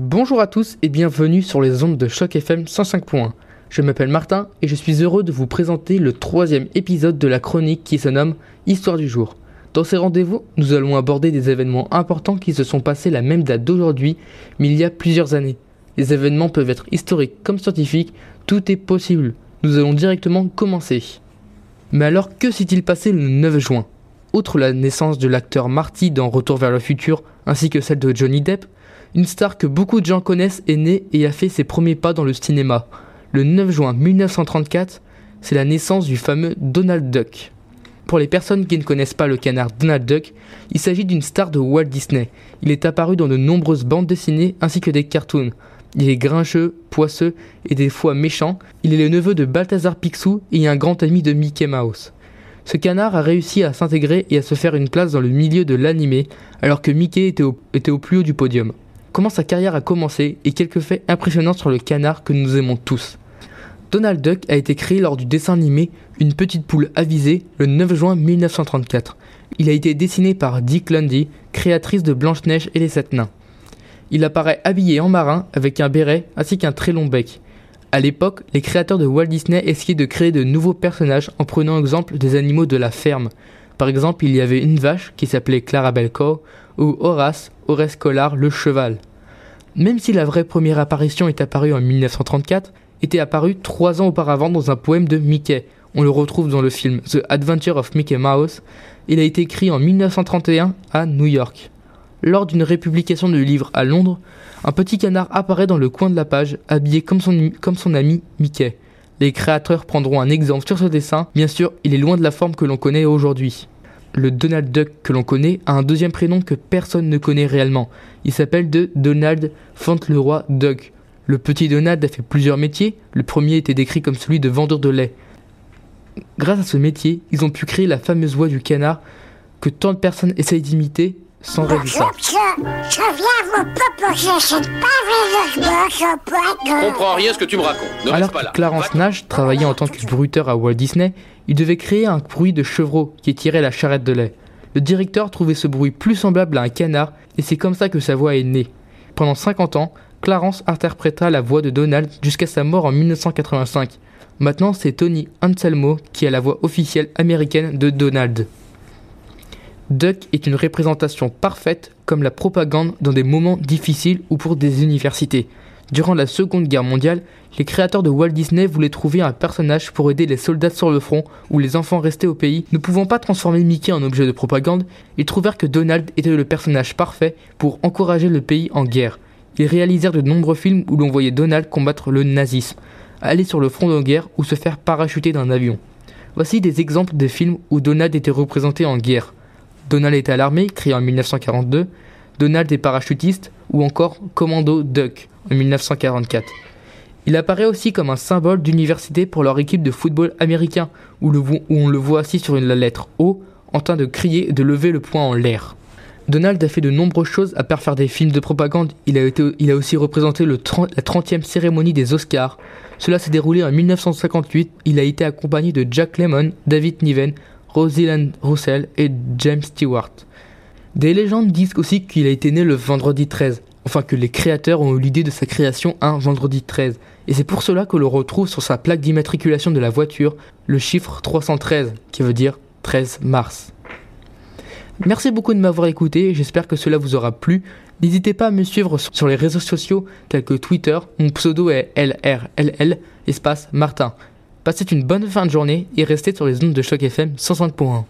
Bonjour à tous et bienvenue sur les ondes de Choc FM 105.1. Je m'appelle Martin et je suis heureux de vous présenter le 3e épisode de la chronique qui se nomme Histoire du jour. Dans ces rendez-vous, nous allons aborder des événements importants qui se sont passés la même date d'aujourd'hui, mais il y a plusieurs années. Les événements peuvent être historiques comme scientifiques, tout est possible. Nous allons directement commencer. Mais alors, que s'est-il passé le 9 juin ? Outre la naissance de l'acteur Marty dans Retour vers le futur, ainsi que celle de Johnny Depp, une star que beaucoup de gens connaissent est née et a fait ses premiers pas dans le cinéma. Le 9 juin 1934, c'est la naissance du fameux Donald Duck. Pour les personnes qui ne connaissent pas le canard Donald Duck, il s'agit d'une star de Walt Disney. Il est apparu dans de nombreuses bandes dessinées ainsi que des cartoons. Il est grincheux, poisseux et des fois méchant. Il est le neveu de Balthazar Picsou et un grand ami de Mickey Mouse. Ce canard a réussi à s'intégrer et à se faire une place dans le milieu de l'animé, alors que Mickey était au plus haut du podium. Comment sa carrière a commencé et quelques faits impressionnants sur le canard que nous aimons tous. Donald Duck a été créé lors du dessin animé Une petite poule avisée le 9 juin 1934. Il a été dessiné par Dick Lundy, créatrice de Blanche-Neige et les 7 nains. Il apparaît habillé en marin avec un béret ainsi qu'un très long bec. A l'époque, les créateurs de Walt Disney essayaient de créer de nouveaux personnages en prenant exemple des animaux de la ferme. Par exemple, il y avait une vache qui s'appelait Clarabelle Cow ou Horace Collard le cheval. Même si la vraie première apparition est apparue en 1934, était apparue 3 ans auparavant dans un poème de Mickey. On le retrouve dans le film The Adventure of Mickey Mouse. Il a été écrit en 1931 à New York. Lors d'une républication de livre à Londres, un petit canard apparaît dans le coin de la page, habillé comme son ami Mickey. Les créateurs prendront un exemple sur ce dessin. Bien sûr, il est loin de la forme que l'on connaît aujourd'hui. Le Donald Duck que l'on connaît a un deuxième prénom que personne ne connaît réellement. Il s'appelle Donald Fauntleroy Duck. Le petit Donald a fait plusieurs métiers. Le premier était décrit comme celui de vendeur de lait. Grâce à ce métier, ils ont pu créer la fameuse voix du canard que tant de personnes essayent d'imiter sans résultat. Je comprends rien à ce que tu me racontes. Ne Alors reste pas que là. Clarence Nash travaillait en tant que bruiteur à Walt Disney, il devait créer un bruit de chevreau qui tirait la charrette de lait. Le directeur trouvait ce bruit plus semblable à un canard et c'est comme ça que sa voix est née. Pendant 50 ans, Clarence interpréta la voix de Donald jusqu'à sa mort en 1985. Maintenant, c'est Tony Anselmo qui a la voix officielle américaine de Donald. Duck est une représentation parfaite comme la propagande dans des moments difficiles ou pour des universités. Durant la Seconde Guerre mondiale, les créateurs de Walt Disney voulaient trouver un personnage pour aider les soldats sur le front ou les enfants restés au pays. Ne pouvant pas transformer Mickey en objet de propagande, ils trouvèrent que Donald était le personnage parfait pour encourager le pays en guerre. Ils réalisèrent de nombreux films où l'on voyait Donald combattre le nazisme, aller sur le front de guerre ou se faire parachuter d'un avion. Voici des exemples de films où Donald était représenté en guerre. Donald est à l'armée, créé en 1942, Donald est parachutiste, ou encore Commando Duck en 1944. Il apparaît aussi comme un symbole d'université pour leur équipe de football américain, où on le voit assis sur la lettre O, en train de crier et de lever le poing en l'air. Donald a fait de nombreuses choses à part faire des films de propagande. Il a aussi représenté la 30e cérémonie des Oscars. Cela s'est déroulé en 1958. Il a été accompagné de Jack Lemmon, David Niven, Rosalind Russell et James Stewart. Des légendes disent aussi qu'il a été né le vendredi 13, enfin que les créateurs ont eu l'idée de sa création un vendredi 13. Et c'est pour cela que l'on retrouve sur sa plaque d'immatriculation de la voiture le chiffre 313, qui veut dire 13 mars. Merci beaucoup de m'avoir écouté, j'espère que cela vous aura plu. N'hésitez pas à me suivre sur les réseaux sociaux tels que Twitter, mon pseudo est LRLL, espace Martin. Passez une bonne fin de journée et restez sur les ondes de Choc FM 105.1.